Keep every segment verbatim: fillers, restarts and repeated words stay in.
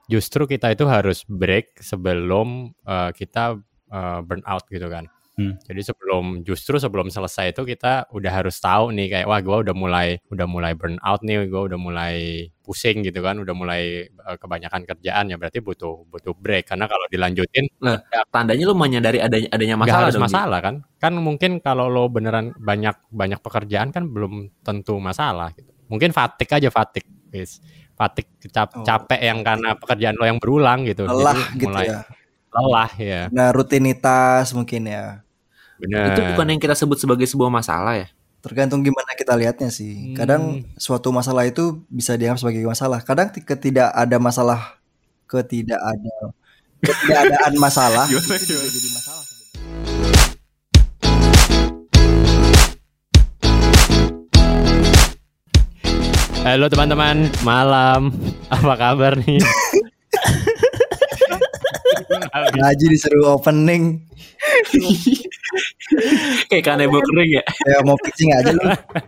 justru kita itu harus break sebelum uh, kita uh, burn out gitu kan. Hmm. Jadi sebelum justru sebelum selesai itu kita udah harus tahu nih kayak wah gue udah mulai udah mulai burn out nih, gue udah mulai pusing gitu kan, udah mulai uh, kebanyakan kerjaan ya berarti butuh butuh break karena kalau dilanjutin nah ya, tandanya lu menyadari adanya adanya masalah. Gak harus dong, masalah kan? Kan mungkin kalau lo beneran banyak banyak pekerjaan kan belum tentu masalah gitu. Mungkin fatigue aja fatigue, guys. Fatigue cap, oh, capek yang karena pekerjaan lo yang berulang gitu. Lelah jadi gitu mulai ya. Lelah ya. Nah rutinitas mungkin ya. Benar. Itu bukan yang kita sebut sebagai sebuah masalah ya? Tergantung gimana kita lihatnya sih. Kadang hmm. suatu masalah itu bisa dianggap sebagai masalah. Kadang ketika ada masalah, ketidak ada ketidakadaan masalah itu juga jadi masalah. Halo teman-teman, malam. Apa kabar nih? Ngaji disuruh opening. Kayak kanebo kering ya. Ya mau pitching aja lu.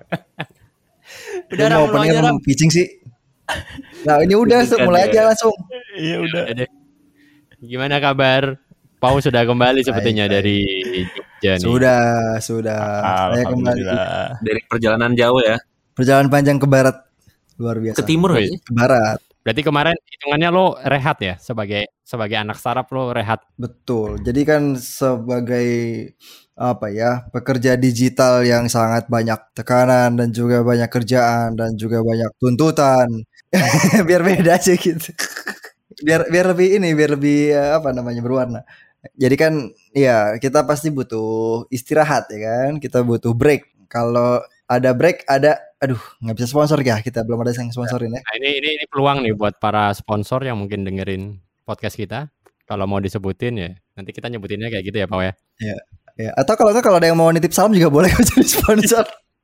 Udah mau opening mau pitching sih. Nah ini udah mulai aja langsung. Iya udah. Gimana kabar? Pau sudah kembali sepertinya baik, dari Jogja nih. Sudah, sudah. Saya kembali dari perjalanan jauh ya. Perjalanan panjang ke barat. Luar biasa. Ke timur ya? Ke barat. Berarti kemarin hitungannya lo rehat ya sebagai sebagai anak startup lo rehat. Betul. Jadi kan sebagai apa ya, pekerja digital yang sangat banyak tekanan dan juga banyak kerjaan dan juga banyak tuntutan. Biar beda aja gitu. Biar biar lebih ini, biar lebih apa namanya berwarna. Jadi kan ya kita pasti butuh istirahat ya kan. Kita butuh break. Kalau ada break, ada aduh nggak bisa sponsor ya, kita belum ada yang sponsorin ya. Nah, ini ini ini peluang nih buat para sponsor yang mungkin dengerin podcast kita. Kalau mau disebutin ya nanti kita nyebutinnya kayak gitu ya Pak ya. Iya. Ya. Atau kalau kalau ada yang mau nitip salam juga boleh jadi sponsor.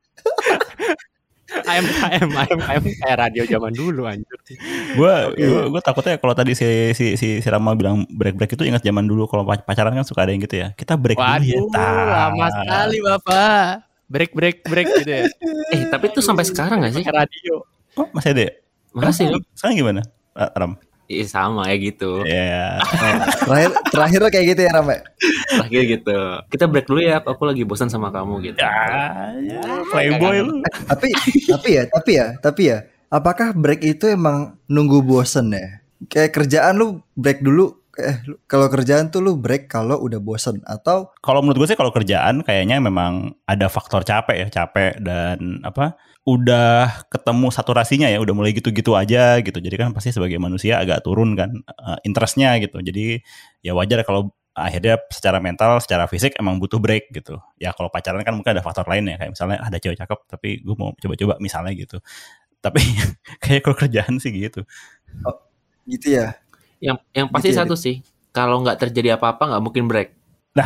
ayam ayam ayam ayam kayak radio zaman dulu anjir. Gua gua, gua takutnya kalau tadi si si si, si Rama bilang break break itu ingat zaman dulu kalau pacaran kan suka ada yang gitu ya. Kita break Waduh, dulu ya. Lama sekali Bapak. Break break break gitu ya. Eh tapi itu sampai sekarang nggak sih? Radio. Oh masih ada? Masih. Sekarang gimana, Ram? Iya sama ya gitu. Iya. Yeah. terakhir terakhir lo kayak gitu ya Ram. Terakhir gitu. Kita break dulu ya. Aku lagi bosan sama kamu gitu. Ya, ya playboy lu. tapi tapi ya tapi ya tapi ya. Apakah break itu emang nunggu bosen ya? Kayak kerjaan lu break dulu. Eh, kalau kerjaan tuh lu break kalau udah bosen atau kalau menurut gue sih kalau kerjaan kayaknya memang ada faktor capek ya, capek dan apa udah ketemu saturasinya ya, udah mulai gitu-gitu aja gitu. Jadi kan pasti sebagai manusia agak turun kan uh, interestnya gitu. Jadi ya wajar kalau akhirnya secara mental, secara fisik emang butuh break gitu. Ya kalau pacaran kan mungkin ada faktor lain ya, kayak misalnya ada cewek cakep tapi gue mau coba-coba misalnya gitu. Tapi kayak kalau kerjaan sih gitu. Oh, gitu ya. Yang yang pasti gitu, satu ya, sih, kalau nggak terjadi apa-apa nggak mungkin break. Nah,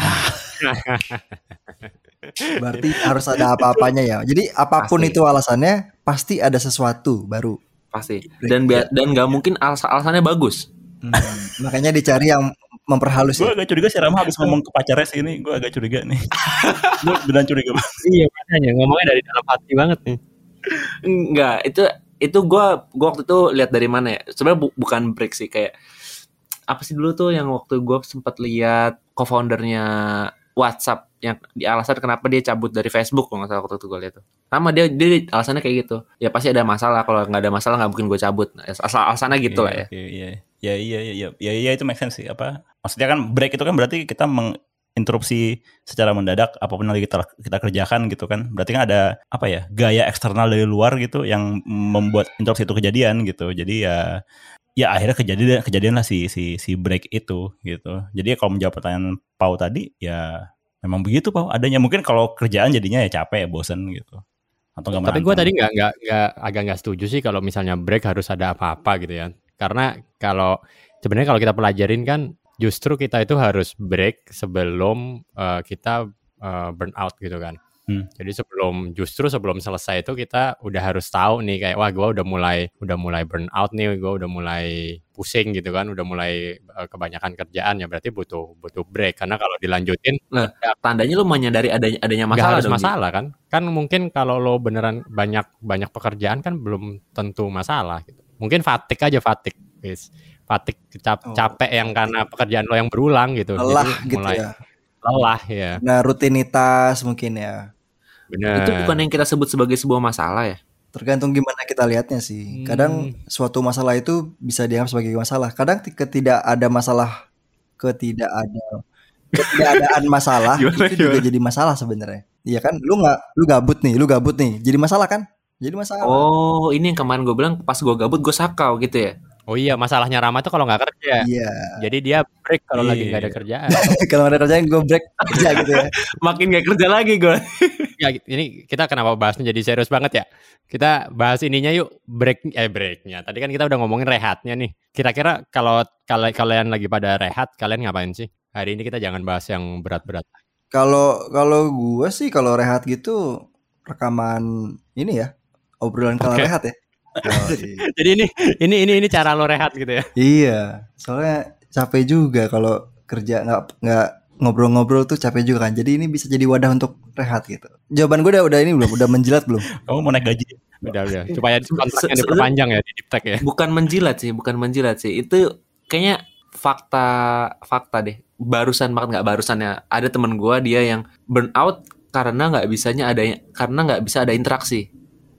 berarti harus ada apa-apanya ya. Jadi apapun pasti. Itu alasannya, pasti ada sesuatu baru. Pasti. Break. Dan ya. Dan nggak mungkin alas- alasannya bagus. Hmm, makanya dicari yang memperhalus. Gue agak curiga sih Rama habis ngomong ke pacarnya sih ini, gue agak curiga nih. Gue beneran curiga banget. Iya makanya ngomongnya dari dalam hati banget nih. Enggak, itu itu gue gue waktu itu lihat dari mana ya? Sebenarnya bu- bukan break sih, kayak apa sih dulu tuh yang waktu gue sempat lihat co-foundernya WhatsApp yang di alasan kenapa dia cabut dari Facebook kalau nggak salah waktu itu gue lihat tuh. Sama dia dia alasannya kayak gitu. Ya pasti ada masalah, kalau nggak ada masalah nggak mungkin gue cabut. Asal alasannya gitu lah ya. Iya iya iya iya iya iya itu make sense sih. Apa maksudnya kan break itu kan berarti kita menginterupsi secara mendadak apapun yang kita kita kerjakan gitu kan. Berarti kan ada apa ya gaya eksternal dari luar gitu yang membuat interupsi itu kejadian gitu. Jadi ya ya akhirnya kejadian kejadian lah si si si break itu gitu. Jadi kalau menjawab pertanyaan Pau tadi ya memang begitu Pau adanya. Mungkin kalau kerjaan jadinya ya capek ya bosan gitu. Atau gak tapi gue tadi nggak nggak nggak agak nggak setuju sih kalau misalnya break harus ada apa-apa gitu ya. Karena kalau sebenarnya kalau kita pelajarin kan justru kita itu harus break sebelum uh, kita uh, burn out gitu kan. Hmm. Jadi sebelum justru sebelum selesai itu kita udah harus tahu nih kayak wah gue udah mulai udah mulai burn out nih, gue udah mulai pusing gitu kan, udah mulai uh, kebanyakan kerjaan ya berarti butuh butuh break karena kalau dilanjutin nah, ya, tandanya lo menyadari adanya adanya masalah. Gak harus dong, masalah kan? Kan mungkin kalau lo beneran banyak banyak pekerjaan kan belum tentu masalah gitu. Mungkin fatigue aja fatigue, guys. fatigue, cap, Oh, capek yang karena pekerjaan lo yang berulang gitu. lelah Jadi gitu mulai ya. lelah ya. Nah, rutinitas mungkin ya. Itu bukan Bener. yang kita sebut sebagai sebuah masalah ya? Tergantung gimana kita lihatnya sih. Kadang Hmm, suatu masalah itu bisa dianggap sebagai masalah. Kadang ti- ketidak ada masalah, ketidak ada ketidakadaan masalah Gimana, itu juga gimana? jadi masalah sebenarnya. Iya kan? Lu nggak, lu gabut nih, lu gabut nih, jadi masalah kan? Jadi masalah. Oh, ini yang kemarin gue bilang pas gue gabut gue sakau gitu ya? oh iya, masalahnya Rama tuh kalau nggak kerja. Iya. Jadi dia break kalau lagi nggak ada Iya. kerjaan. Kalau ada kerjaan gue break kerja gitu ya. Makin gak kerja lagi gue. Ya ini kita kenapa bahasnya jadi serius banget ya? Kita bahas ininya yuk, break eh breaknya. Tadi kan kita udah ngomongin rehatnya nih. Kira-kira kalau kalau kalian lagi pada rehat, kalian ngapain sih? Hari ini kita jangan bahas yang berat-berat. Kalau kalau gue sih kalau rehat gitu rekaman ini ya, obrolan kalau Oke. rehat ya. Yoi. Jadi ini ini ini ini cara lo rehat gitu ya. Iya, soalnya capek juga kalau kerja nggak nggak ngobrol-ngobrol tuh capek juga kan. Jadi ini bisa jadi wadah untuk rehat gitu. Jawaban gue udah udah ini belum, udah menjilat belum? Kamu mau naik gaji? Udah udah supaya Se- kontraknya se- diperpanjang ya di deep tech ya. Bukan menjilat sih, bukan menjilat sih. Itu kayaknya fakta fakta deh. Barusan banget nggak barusannya. Ada teman gue dia yang burn out karena nggak bisanya ada karena nggak bisa ada interaksi.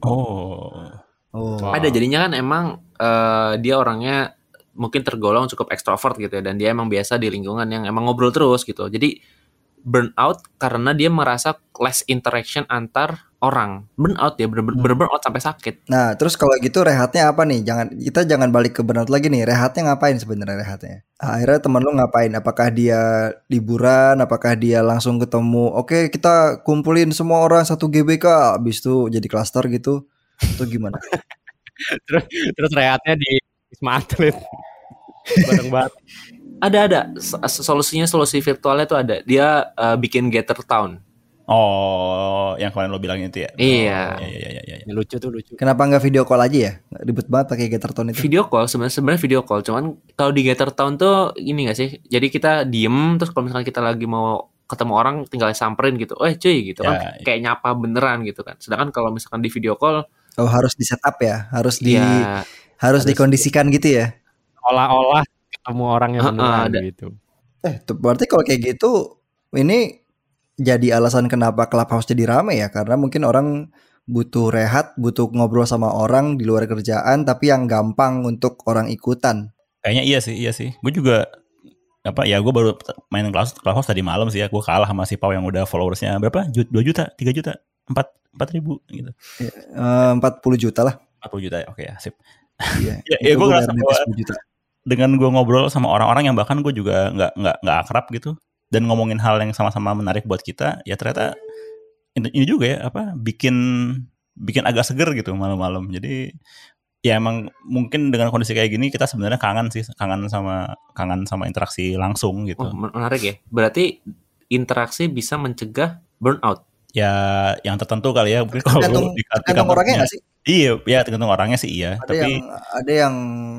Oh. Oh. Wow. Ada jadinya kan emang eh, dia orangnya mungkin tergolong cukup ekstrovert gitu ya dan dia emang biasa di lingkungan yang emang ngobrol terus gitu. Jadi burn out karena dia merasa less interaction antar orang. Burn out ya, bener-bener Hmm. burn out sampai sakit. Nah, terus kalau gitu rehatnya apa nih? Jangan kita jangan balik ke burnout lagi nih. Rehatnya ngapain sebenarnya rehatnya? Akhirnya teman lu ngapain? Apakah dia liburan? Apakah dia langsung ketemu? Oke, kita kumpulin semua orang satu G B K, habis itu jadi klaster gitu. Itu gimana? terus terus rehatnya di Wisma Atlet bareng bareng. Ada ada S- solusinya solusi virtualnya tuh ada. Dia eh, bikin Gather Town. Oh, yang kemarin lo bilang itu ya? Iya. Oh, iya, iya, iya, iya. Ini lucu tuh lucu. Kenapa nggak video call aja ya? Nggak ribet banget pakai Gathertone itu. Video call sebenarnya sebenarnya video call. Cuman kalau di Gather Town tuh ini gak sih? Jadi kita diem terus kalau misalnya kita lagi mau ketemu orang tinggal samperin gitu. Eh cuy gitu kan Ya, kayak nyapa beneran gitu kan. Sedangkan kalau misalkan di video call Oh, harus di setup ya, harus di ya harus harus- dikondisikan gitu ya. Olah-olah ketemu orangnya Heeh, beneran ada. gitu. Eh, tuh, berarti kalau kayak gitu ini jadi alasan kenapa Clubhouse jadi rame ya? Karena mungkin orang butuh rehat, butuh ngobrol sama orang di luar kerjaan, tapi yang gampang untuk orang ikutan. Kayaknya iya sih, iya sih. Gue juga apa ya? Gue baru main Clubhouse, Clubhouse tadi malam sih ya. Gue kalah sama si Pau yang udah followersnya berapa? dua juta, tiga juta, empat empat ribu gitu. Eh, empat puluh juta lah. empat puluh juta ya. Oke ya, sip. Iya. Ya, ya Itu gue gua ngerasa bayar bahwa sepuluh juta. dengan gue ngobrol sama orang-orang yang bahkan gue juga nggak nggak nggak akrab gitu dan ngomongin hal yang sama-sama menarik buat kita, ya ternyata ini, ini juga ya apa bikin bikin agak seger gitu malam-malam. Jadi ya emang mungkin dengan kondisi kayak gini kita sebenarnya kangen sih, kangen sama kangen sama interaksi langsung gitu. oh, menarik ya. Berarti interaksi bisa mencegah burnout. Ya yang tertentu kali ya mungkin kalau Tergantung, di, di tergantung kantornya- orangnya nggak sih? Iya, ya tergantung orangnya sih iya. Ada Tapi yang ada yang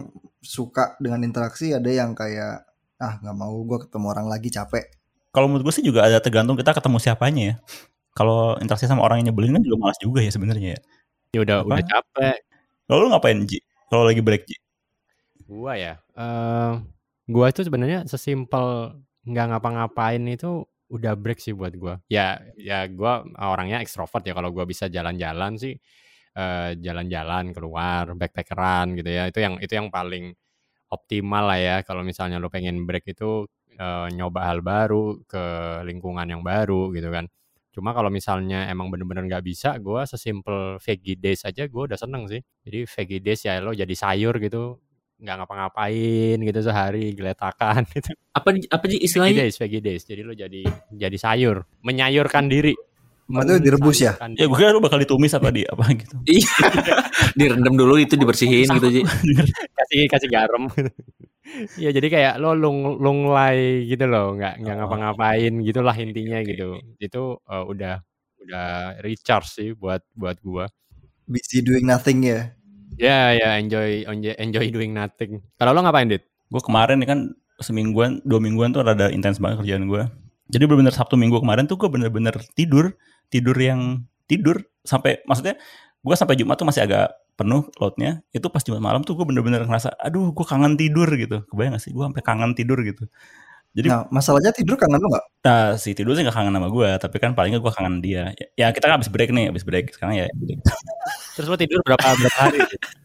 suka dengan interaksi, ada yang kayak ah nggak mau, gue ketemu orang lagi capek. kalau menurut gue sih juga ada tergantung kita ketemu siapanya ya. Kalau interaksi sama orang yang nyebelin kan juga malas juga ya sebenarnya ya. Ya udah Apa? udah capek. Lalu lu ngapain Ji? Kalau lagi break Ji? Gua ya. Eh gua itu sebenarnya sesimpel nggak ngapa-ngapain itu udah break sih buat gua. Ya ya gua orangnya ekstrovert ya, kalau gua bisa jalan-jalan sih eh jalan-jalan keluar, backpackeran gitu ya. Itu yang itu yang paling optimal lah ya kalau misalnya lo pengen break itu, eh, nyoba hal baru ke lingkungan yang baru gitu kan. Cuma kalau misalnya emang bener-bener nggak bisa, gue sesimpel veggie days aja gue udah seneng sih. Jadi veggie days ya lo jadi sayur gitu, nggak ngapa-ngapain gitu sehari, geletakan gitu. Apa apa sih Veggie istilahnya? days, veggie days. Jadi lo jadi jadi sayur, menyayurkan diri. Oh, itu direbus ya? Mensayurkan Ya diri. gue kira lu bakal ditumis apa di apa gitu. Iya. Direndam dulu itu dibersihin gitu Ji. kasih kasih garam. Iya, jadi kayak lo lung lunglai gitu loh, nggak nggak Oh. ngapa-ngapain gitulah intinya Oke, gitu. oke. Itu eh, udah udah recharge sih buat buat gua. Busy doing nothing ya. Ya ya enjoy enjoy, enjoy doing nothing. Kalau lo ngapain, Dit? Gue kemarin nih kan semingguan, dua mingguan tuh rada intens banget kerjaan gue. Jadi bener-bener Sabtu Minggu kemarin tuh gue bener-bener tidur, tidur yang tidur sampai maksudnya gue sampai Jumat tuh masih agak penuh loadnya, itu pas Jumat malam tuh gue bener-bener ngerasa, aduh gue kangen tidur gitu. Kebayang gak sih? Gue sampai kangen tidur gitu. Jadi, nah masalahnya tidur kangen lu nggak? nah, si tidur sih gak kangen sama gue, tapi kan paling gak gue kangen dia. Ya, ya kita kan abis break nih, abis break sekarang ya. Terus lo tidur berapa berapa hari?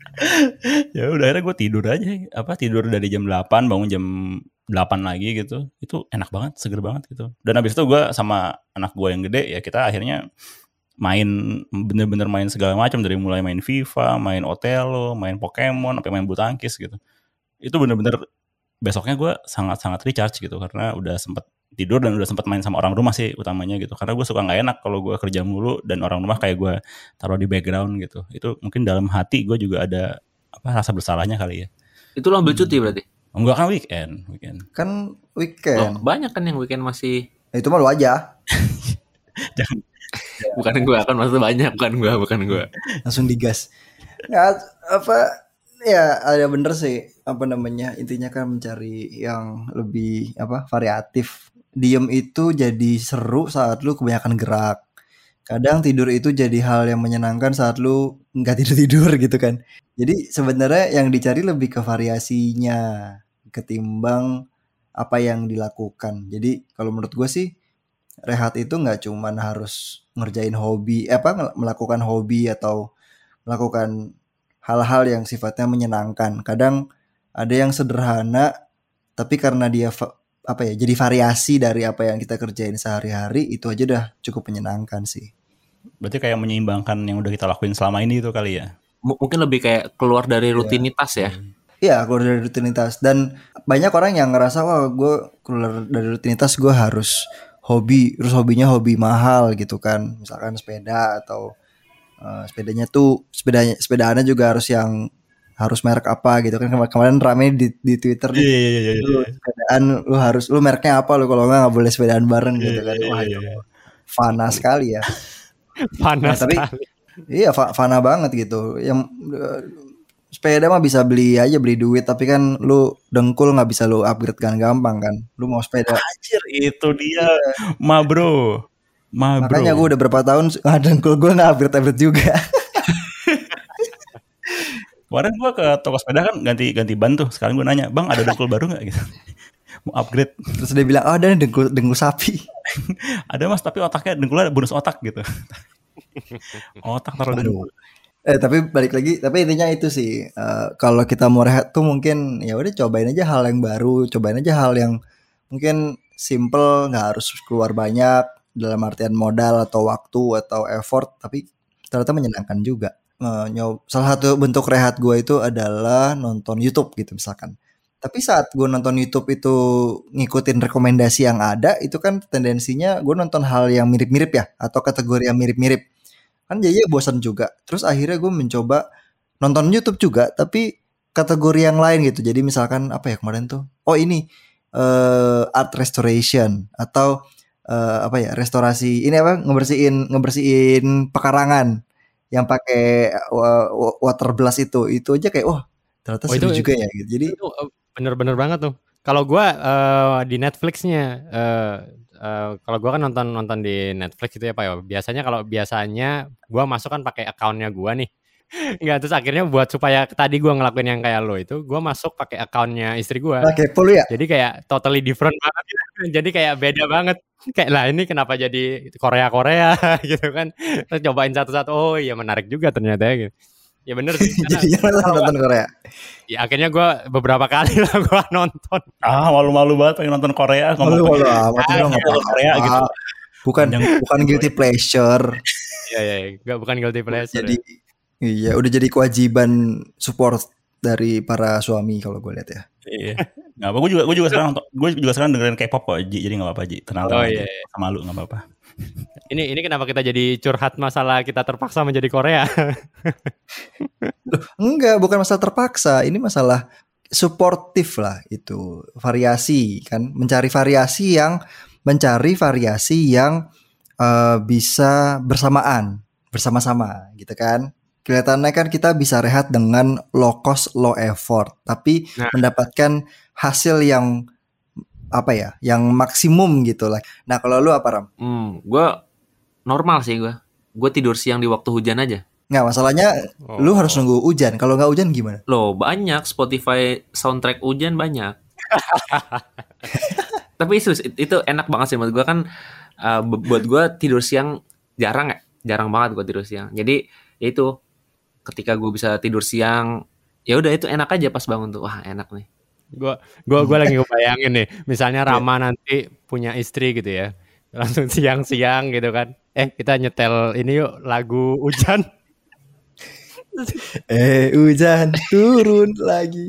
Ya udah akhirnya gue tidur aja, apa tidur dari jam delapan bangun jam delapan lagi gitu. Itu enak banget, seger banget gitu. Dan abis itu gue sama anak gue yang gede ya kita akhirnya main bener-bener main segala macam, dari mulai main FIFA, main Othello, main Pokemon, sampai main bulu tangkis gitu. Itu bener-bener besoknya gue sangat-sangat recharge gitu karena udah sempet tidur dan udah sempet main sama orang rumah sih utamanya gitu. Karena gue suka nggak enak kalau gue kerja mulu dan orang rumah kayak gue taruh di background gitu. Itu mungkin dalam hati gue juga ada apa rasa bersalahnya kali ya. Itu lo ambil cuti berarti? Enggak kan weekend, weekend. Kan Loh, weekend. banyak kan yang weekend masih. Nah, itu mah lu aja. Jangan. Bukan gue, kan maksudnya banyak, bukan gue, bukan gue. Langsung digas. Nggak, apa ya ada bener sih apa namanya intinya kan mencari yang lebih apa variatif. Diem itu jadi seru saat lu kebanyakan gerak. Kadang tidur itu jadi hal yang menyenangkan saat lu nggak tidur tidur gitu kan. Jadi sebenarnya yang dicari lebih ke variasinya ketimbang apa yang dilakukan. Jadi kalau menurut gue sih rehat itu nggak cuman harus ngerjain hobi, eh, apa melakukan hobi atau melakukan hal-hal yang sifatnya menyenangkan. Kadang ada yang sederhana, tapi karena dia va- apa ya, jadi variasi dari apa yang kita kerjain sehari-hari, itu aja udah cukup menyenangkan sih. Berarti kayak menyeimbangkan yang udah kita lakuin selama ini itu kali ya. M- mungkin lebih kayak keluar dari rutinitas ya. Iya, keluar dari rutinitas. Dan banyak orang yang ngerasa, wah gue keluar dari rutinitas, gue harus hobi, terus hobinya hobi mahal gitu kan, misalkan sepeda atau uh, sepedanya tuh sepedanya sepedaannya juga harus yang harus merek apa gitu kan. Kemar- kemarin rame di di Twitter nih, Iya iya iya iya. lu sepedaan lu harus lu mereknya apa lu, kalau nggak nggak boleh sepedaan bareng gitu kan. Iya, Wah iya, itu iya. fana sekali ya. Panas Nah, tapi sekali. iya fa- fana banget gitu. Yang uh, sepeda mah bisa beli aja, beli duit, tapi kan lu dengkul nggak bisa lu upgrade kan gampang kan. Lu mau sepeda. Anjir itu dia. Ma bro. Ma bro. Makanya gue udah berapa tahun ah, dengkul gue nggak upgrade upgrade juga. Kemarin gue ke toko sepeda kan ganti ganti ban tuh. Sekarang gue nanya, bang ada dengkul baru nggak gitu? Mau upgrade? Terus dia bilang, oh ada nih dengkul dengkul sapi. Ada mas, tapi otaknya dengkulnya bonus otak gitu. Otak taruh dengkul. Eh tapi balik lagi, tapi intinya itu sih, eh, kalau kita mau rehat tuh mungkin ya udah cobain aja hal yang baru, cobain aja hal yang mungkin simple, nggak harus keluar banyak dalam artian modal atau waktu atau effort, tapi ternyata menyenangkan juga. Eh, nyob- salah satu bentuk rehat gue itu adalah nonton YouTube gitu misalkan. Tapi saat gue nonton YouTube itu ngikutin rekomendasi yang ada, itu kan tendensinya gue nonton hal yang mirip-mirip ya, atau kategori yang mirip-mirip. Kan jadinya bosan juga. Terus akhirnya gue mencoba nonton YouTube juga, tapi kategori yang lain gitu. Jadi misalkan apa ya kemarin tuh? Oh ini eh, art restoration atau eh, apa ya restorasi. Ini apa ngebersihin ngebersihin pekarangan yang pakai wa- wa- water blast itu. Itu aja kayak wah ternyata Oh, seru itu- juga ya. Gitu. Jadi Itu eh, bener-bener banget tuh. Kalau gue eh, di Netflixnya, eh, eh, kalau gue kan nonton nonton di Netflix itu ya Pak ya. Biasanya kalau biasanya gue masuk kan pakai akunnya gue nih. Enggak, terus akhirnya buat supaya tadi gue ngelakuin yang kayak lo itu, gue masuk pakai akunnya istri gue. nah, kepo lu ya. Jadi kayak totally different banget. Jadi kayak beda banget. Kayak lah ini kenapa jadi Korea-Korea gitu kan. Terus cobain satu-satu. Oh iya menarik juga ternyata ya gitu. Ya bener sih. Karena, Jadinya nonton, nonton Korea. ya akhirnya gue beberapa kali lah gue nonton. Ah malu-malu banget pengen nonton Korea. Malu Ngomong malu amat Ah, udah nggak nonton apa-apa. Korea gitu. Bukan Yang- bukan guilty pleasure. Iya iya, nggak bukan guilty pleasure. Jadi ya. iya udah jadi kewajiban support dari para suami kalau gue lihat ya. Iya. Nggak apa, gue juga gue juga sekarang nonton- gue juga sekarang dengerin K-pop kok, Ji. Jadi nggak apa-apa, Ji. Tenang Oh, tenang iya, aja. Sama lu nggak apa-apa. Ini ini kenapa kita jadi curhat masalah kita terpaksa menjadi Korea? Enggak, bukan masalah terpaksa. Ini masalah suportif lah itu. Variasi kan, mencari variasi yang mencari variasi yang eh, bisa bersamaan, bersama-sama gitu kan. Kelihatannya kan kita bisa rehat dengan low cost, low effort, tapi Nah. mendapatkan hasil yang apa ya, yang maksimum gitu lah. Nah kalau lu apa Ram? Hmm, gue normal sih gue. Gue tidur siang di waktu hujan aja. Nggak, masalahnya Oh. lu harus nunggu hujan. Kalau nggak hujan gimana? Loh banyak Spotify soundtrack hujan banyak. Tapi itu, itu enak banget sih menurut gue kan. Uh, buat gue tidur siang jarang ya, jarang banget gue tidur siang. Jadi ya itu ketika gue bisa tidur siang, ya udah itu enak aja pas bangun tuh, wah enak nih. Gua gua gua lagi ngebayangin nih, misalnya Rama nanti punya istri gitu ya, langsung siang-siang gitu kan, eh kita nyetel ini yuk lagu hujan. Eh hujan turun lagi.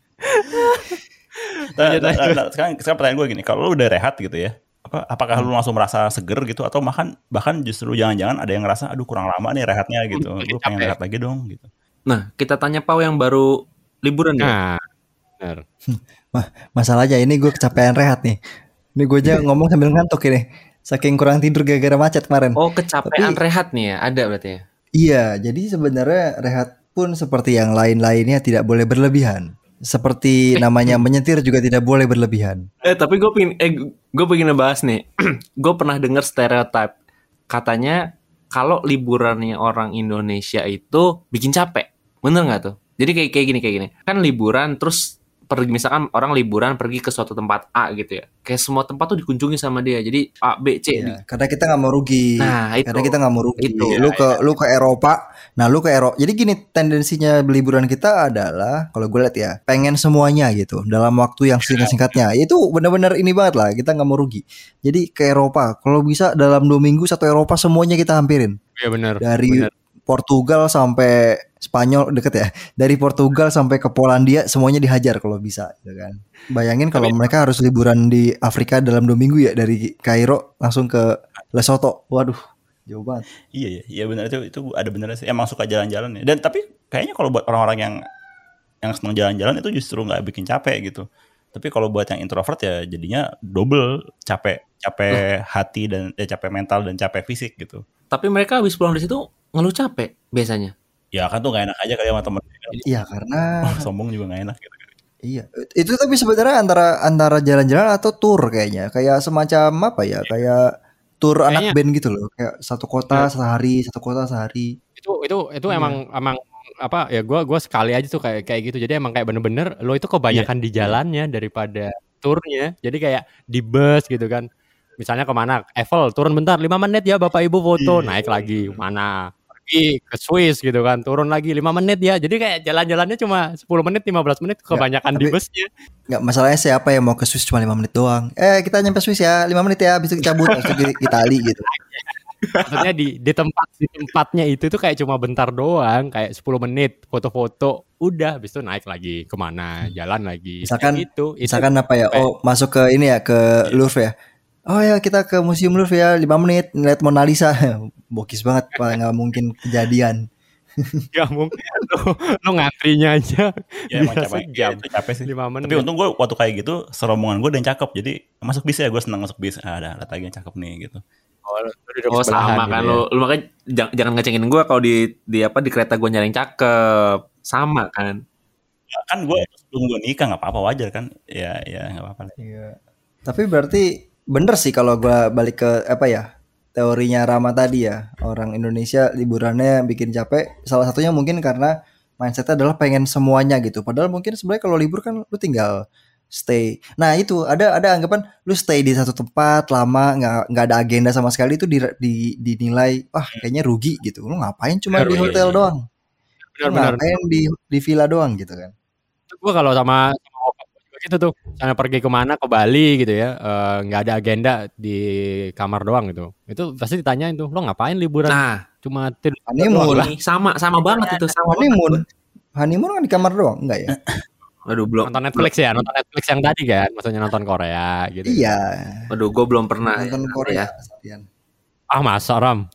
Nah, nah, nah, nah, sekarang, sekarang pertanyaan gue gini, kalau lu udah rehat gitu ya, apa, apakah lu langsung merasa seger gitu, atau bahkan bahkan justru jangan-jangan ada yang ngerasa, aduh kurang lama nih rehatnya gitu, gue pengen rehat lagi dong gitu. Nah kita tanya Pau yang baru liburan ya. Nah, bener. Mah, masalahnya ini gue kecapean rehat nih. Ini gue aja ngomong sambil ngantuk ini. Saking kurang tidur gara-gara macet kemarin. Oh kecapean Tapi- rehat nih ya, ada berarti ya. Iya, jadi sebenarnya rehat pun seperti yang lain-lainnya tidak boleh berlebihan. Seperti namanya menyetir juga tidak boleh berlebihan. Eh tapi gue pengen, eh gue pengen ngebahas nih. Gue pernah dengar stereotip katanya kalau liburannya orang Indonesia itu bikin capek, bener nggak tuh? Jadi kayak kayak gini kayak gini. Kan liburan terus pergi, misalkan orang liburan pergi ke suatu tempat A gitu ya. Kayak semua tempat tuh dikunjungi sama dia. Jadi A, B, C. Iya, karena kita nggak mau rugi. Nah, itu. Karena kita nggak mau rugi. Itu. Lu ke lu ke Eropa. Nah, lu ke Eropa. Jadi gini tendensinya liburan kita adalah kalau gue lihat ya, pengen semuanya gitu dalam waktu yang singkat-singkatnya. Itu benar-benar ini banget lah. Kita nggak mau rugi. Jadi ke Eropa. Kalau bisa dalam dua minggu satu Eropa semuanya kita hampirin. Iya benar. Dari bener. Portugal sampai Spanyol deket ya. Dari Portugal sampai ke Polandia semuanya dihajar kalau bisa, gitu kan. Bayangin kalau Tapi- mereka harus liburan di Afrika dalam dua minggu ya, dari Kairo langsung ke Lesotho. Waduh, jauh banget. Iya iya iya benar, itu itu ada benernya sih, emang suka jalan-jalan ya. Dan tapi kayaknya kalau buat orang-orang yang yang senang jalan-jalan itu justru nggak bikin capek gitu. Tapi kalau buat yang introvert ya jadinya double capek, capek hati dan eh, capek mental dan capek fisik gitu. Tapi mereka habis pulang dari situ ngeluh capek biasanya. Ya kan tuh nggak enak aja kali sama temen. Iya, karena Oh, sombong juga nggak enak gitu. iya. Itu tapi sebenarnya antara antara jalan-jalan atau tour kayaknya. Kayak semacam apa ya? Kayak tour anak Kayaknya- band gitu loh. Kayak satu kota Iya. sehari, satu kota sehari. Itu itu itu Iya. emang emang apa ya, gua gua sekali aja tuh kayak kayak gitu. Jadi emang kayak bener-bener lo itu kebanyakan di jalannya daripada turnya. Jadi kayak di bus gitu kan. Misalnya kemana? Eiffel, turun bentar lima menit ya Bapak Ibu foto, Iya. naik lagi mana? Pergi ke Swiss gitu kan, turun lagi lima menit ya. Jadi kayak jalan-jalannya cuma sepuluh menit, lima belas menit, kebanyakan di tapi- busnya. Nggak, masalahnya siapa yang mau ke Swiss cuma lima menit doang. Eh, kita nyampe Swiss ya, lima menit ya, bisa cabut langsung ke Itali gitu. Maksudnya di di tempat di tempatnya itu tuh kayak cuma bentar doang, kayak sepuluh menit foto-foto, udah habis itu naik lagi kemana, jalan lagi. Misalkan- Kayak gitu. Itu Misalkan apa ya? sampai- Oh, masuk ke ini ya, ke Louvre ya. Oh ya, kita ke Museum Louvre ya, lima menit ngeliat Mona Lisa. Bokis banget, Pak. Nggak mungkin kejadian. Gak mungkin lo, lo ngantrinya aja Ya emang bisa capek, sejam, ya, itu capek sih. lima menit. Tapi untung gue waktu kayak gitu serombongan gue udah yang cakep, jadi masuk bis ya, gue senang masuk bis. Ah, ada ada lagi yang cakep nih gitu. Oh, lo duduk Oh sebelahan sama gitu kan ya. lo, lo makanya jangan, jangan ngecengin gue kalau di di apa di kereta gue nyari yang cakep, sama kan. Ya, kan gue sebelum gue nikah nggak apa-apa, wajar kan? Ya ya nggak apa-apa. lah. Iya. Tapi berarti bener sih kalau gua balik ke apa ya? Teorinya Rama tadi ya. Orang Indonesia liburannya bikin capek. Salah satunya mungkin karena mindsetnya adalah pengen semuanya gitu. Padahal mungkin sebenarnya kalau libur kan lu tinggal stay. Nah, itu ada ada anggapan lu stay di satu tempat lama nggak nggak ada agenda sama sekali itu di, di, dinilai wah kayaknya rugi gitu. Lu ngapain cuma Bener, di iya, hotel iya. doang? Lu Benar-benar. ngapain di di villa doang gitu kan? Gue kalau sama sama bokap gua juga gitu tuh, misalnya pergi kemana ke Bali gitu ya, eh, nggak ada agenda di kamar doang gitu. Itu pasti ditanyain tuh, lo ngapain liburan? Nah, Cuma tidur Honeymoon. doang lah. ini sama sama banget itu sama. Honeymoon. Honeymoon kan di kamar doang enggak ya? Aduh belum. Nonton Netflix ya, nonton Netflix yang tadi kan, maksudnya nonton Korea gitu. Iya. Aduh gue belum pernah. Nonton ya. Korea. Ya. Ah masa Ram?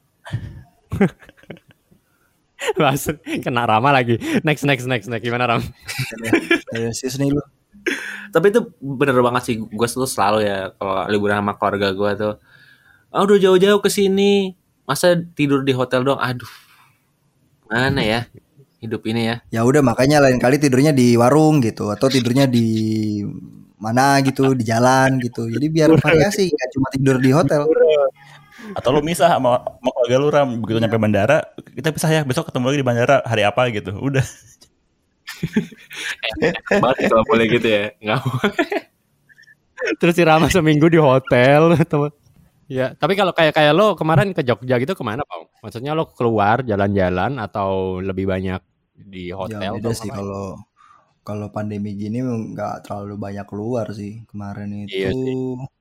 Langsung kena Rama lagi. Next next next next gimana Ram? Dari serius nih lu. Tapi itu bener banget sih, gue tuh selalu ya kalau liburan sama keluarga gue tuh, ah udah jauh-jauh ke sini, masa tidur di hotel doang, aduh, mana ya hidup ini ya. Ya udah makanya lain kali tidurnya di warung gitu atau tidurnya di mana gitu, di jalan gitu. Jadi biar variasi, nggak cuma tidur di hotel. Atau lu misah sama, sama keluarga lu Ram, begitu nyampe bandara, kita pisah ya, besok ketemu lagi di bandara hari apa gitu. Udah. Enak banget kalau boleh gitu ya. Nggak boleh. Terus si Rama seminggu di hotel, teman. Ya, tapi kalau kayak kayak lo kemarin ke Jogja gitu kemana, Pak? Maksudnya lo keluar jalan-jalan atau lebih banyak di Ya hotel beda atau sih ngapain? kalau kalau pandemi gini nggak terlalu banyak keluar sih. Kemarin Iya itu sih.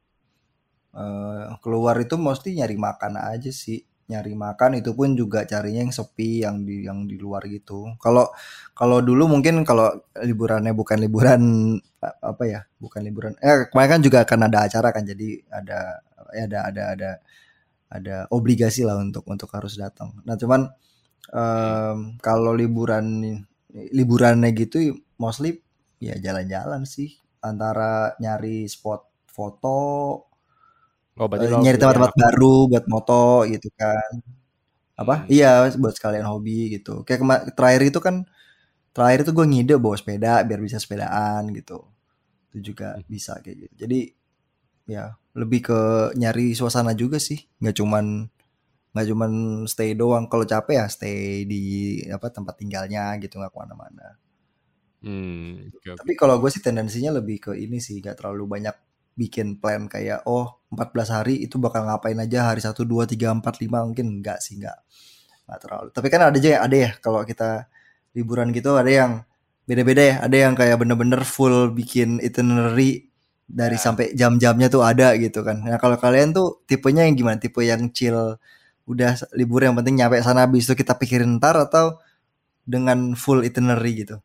eh, keluar itu mesti nyari makan aja sih. Nyari makan itu pun juga carinya yang sepi, yang di yang di luar gitu. Kalau kalau dulu mungkin kalau liburannya bukan liburan a- apa ya, bukan liburan. Eh kemarin kan juga akan ada acara kan, jadi ada ya ada ada ada ada obligasi lah untuk untuk harus datang. Nah cuman Hmm. em, kalau liburan liburannya gitu mostly ya jalan-jalan sih, antara nyari spot foto, Oh, berarti eh, lo nyari berarti tempat-tempat anak baru buat moto gitu kan. Apa? hmm. Iya, buat sekalian hobi gitu. Kayak kema- terakhir itu kan, terakhir itu gue ngide bawa sepeda biar bisa sepedaan gitu. Itu juga bisa kayak gitu. Jadi ya lebih ke nyari suasana juga sih, nggak cuman nggak cuman stay doang. Kalau capek ya stay di apa tempat tinggalnya gitu, nggak kemana-mana. Hmm, oke oke. Tapi kalau gue sih tendensinya lebih ke ini sih, nggak terlalu banyak bikin plan kayak oh empat belas hari itu bakal ngapain aja hari satu dua tiga empat lima, mungkin enggak sih, enggak nggak terlalu. Tapi kan ada aja ya, ada ya kalau kita liburan gitu ada yang beda-beda ya, ada yang kayak bener-bener full bikin itinerary dari Ya. sampai jam-jamnya tuh ada gitu kan. Nah kalau kalian tuh tipenya yang gimana? Tipe yang chill, udah libur yang penting nyampe sana habis itu kita pikirin ntar, atau dengan full itinerary gitu?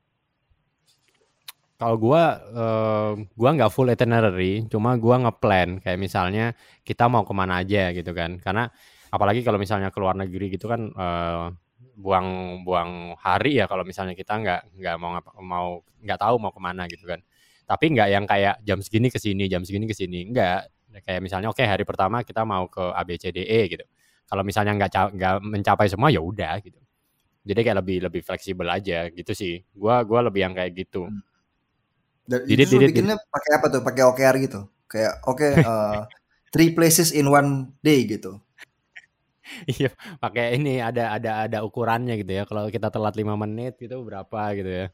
Kalau gua eh, gua nggak full itinerary, cuma gua ngeplan kayak misalnya kita mau kemana aja gitu kan. Karena apalagi kalau misalnya ke luar negeri gitu kan eh, buang-buang hari ya kalau misalnya kita nggak nggak mau ngapa- mau nggak tahu mau kemana gitu kan. Tapi nggak yang kayak jam segini ke sini, jam segini ke sini, enggak. Kayak misalnya oke hari pertama kita mau ke A B C D E gitu. Kalau misalnya nggak ca- nggak mencapai semua ya udah gitu. Jadi kayak lebih lebih fleksibel aja gitu sih. Gua gua lebih yang kayak gitu. Dan itu Didit lu didit didit. bikinnya pakai apa tuh? Pakai O K R gitu. Kayak oke, eh, three places in one day gitu. Iya, pakai ini ada ada ada ukurannya gitu ya. Kalau kita telat lima menit gitu berapa gitu ya.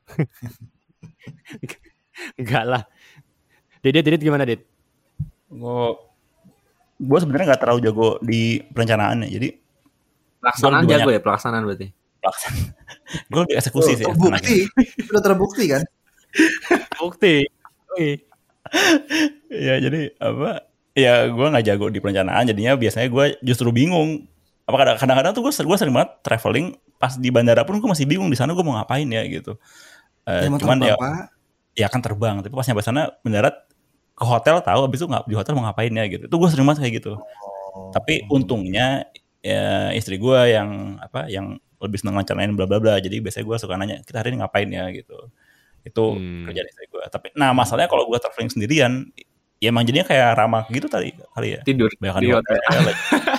Enggak lah. Didit didit gimana, Dit? Gue gue sebenarnya nggak terlalu jago di perencanaan ya. Jadi Pelaksanaan lebih jago banyak ya, pelaksanaan berarti. pelaksanaan. Gue lebih eksekusi Oh, sih anaknya. terbukti. Udah terbukti kan? Bukti. Ui. Ya jadi apa? Ya gue nggak jago di perencanaan. Jadinya biasanya gue justru bingung. Apa kadang- kadang-kadang tuh gue gue sering banget traveling pas di bandara pun gue masih bingung di sana gue mau ngapain ya gitu. Eh, Ya mau cuman terbang, ya Pak. ya kan terbang. Tapi pas nyampe sana mendarat ke hotel tahu habis itu nggak di hotel mau ngapain ya gitu. Itu gue sering banget kayak gitu. Oh. Tapi untungnya ya istri gue yang apa yang lebih seneng rencanain bla bla bla. Jadi biasanya gue suka nanya kita hari ini ngapain ya gitu. Itu Hmm. kerjaan istri gue. Tapi nah masalahnya kalau gue traveling sendirian, ya emang jadinya kayak ramah gitu tadi kali ya. Tidur Banyak di di hotel. hotel.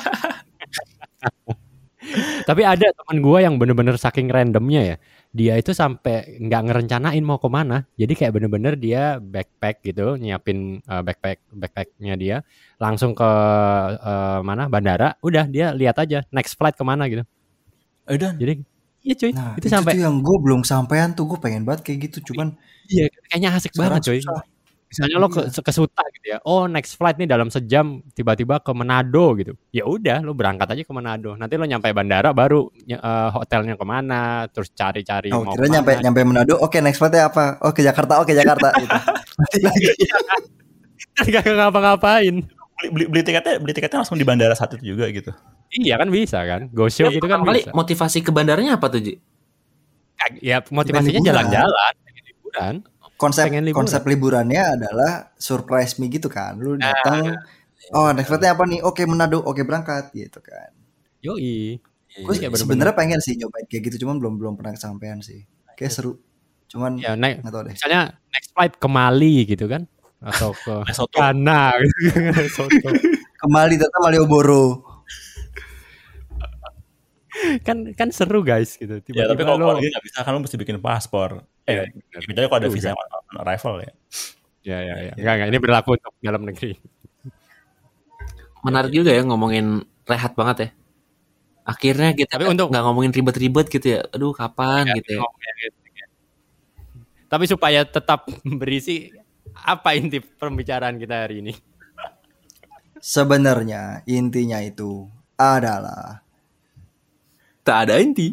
Tapi ada teman gua yang bener-bener saking randomnya ya. Dia itu sampai nggak ngerencanain mau kemana. Jadi kayak bener-bener dia backpack gitu, nyiapin uh, backpack backpacknya dia, langsung ke uh, mana bandara. Udah dia lihat aja next flight kemana gitu. Eh dan Jadi iya cuy, Nah, itu itu, sampai tuh yang gue belum sampean tuh, gue pengen banget kayak gitu, cuman iya kayaknya asik sekarang banget cuy. susah. Misalnya lo ke, Iya. ke Suta gitu ya. Oh, next flight nih dalam sejam tiba-tiba ke Manado gitu. Ya udah, lo berangkat aja ke Manado. Nanti lo nyampe bandara baru uh, hotelnya kemana, terus cari-cari Oh, mau kira nyampe kemana. nyampe Manado, oke next flightnya apa? Oh ke Jakarta, oke Jakarta gitu. Balik lagi. Gak ngapa-ngapain. beli, beli, beli tiketnya beli tiketnya langsung di bandara saat itu juga gitu. Iya kan bisa kan. Go show gitu kan Kali bisa. motivasi ke bandaranya apa tuh, Ji? Ya motivasinya liburan. jalan-jalan, pengen liburan. Konsep Pengen liburan. konsep liburannya adalah surprise me gitu kan. Lu Nah, datang, oh next flightnya apa nih? Oke Manado, oke berangkat gitu kan. Yoi. Gue Iya, bener-bener. sebenarnya pengen sih nyobain kayak gitu, cuman belum belum pernah kesampaian sih. Kayak seru. Cuman Ya, naik, nggak tahu deh. misalnya next flight ke Mali gitu kan, atau ke Lesotho. Ghana gitu. Lesotho. Kembali datang Malioboro. kan kan seru guys gitu. Ya tapi Tiba-tiba kalau lo keluarga nggak bisa kan lu mesti bikin paspor. Iya, Eh, benar. kecuali kalau ada Juga. visa on arrival ya. Ya ya ya. Enggak enggak ini berlaku untuk dalam negeri. Menarik juga ya ngomongin rehat banget ya. Akhirnya kita Tapi untuk nggak ngomongin ribet-ribet gitu ya. Aduh kapan gitu ya. Tapi supaya tetap berisi, apa inti pembicaraan kita hari ini? Sebenarnya intinya itu adalah Tak ada inti.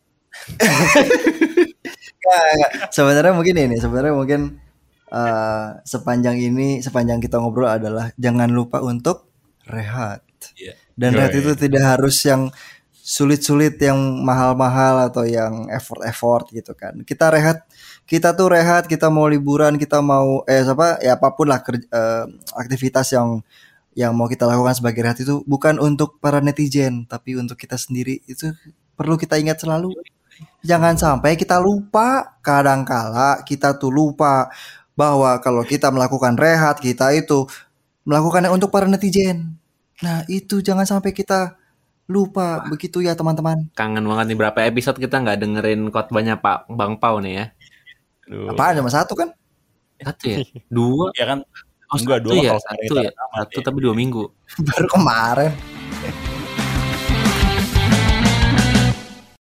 Nggak, nggak. Sebenarnya mungkin ini, sebenarnya mungkin uh, sepanjang ini, sepanjang kita ngobrol adalah jangan lupa untuk rehat. Iya. Dan Yoi. rehat itu tidak harus yang sulit-sulit, yang mahal-mahal atau yang effort-effort gitu kan. Kita rehat, kita tuh rehat, kita mau liburan, kita mau eh apa ya apapun lah kerja, eh, aktivitas yang yang mau kita lakukan sebagai rehat itu bukan untuk para netizen, tapi untuk kita sendiri. Itu perlu kita ingat selalu. Jangan sampai kita lupa. Kadangkala kita tuh lupa bahwa kalau kita melakukan rehat, kita itu melakukannya untuk para netizen. Nah itu jangan sampai kita lupa. Begitu ya teman-teman. Kangen banget nih berapa episode kita nggak dengerin khotbahnya Pak Bang Pau nih ya. Aduh. Apaan cuma satu kan? Satu ya? Dua? Ya kan Oh, enggak satu dua ya? kalau Satu kita ya? rekaman, Satu ya. tapi dua minggu. Baru kemarin.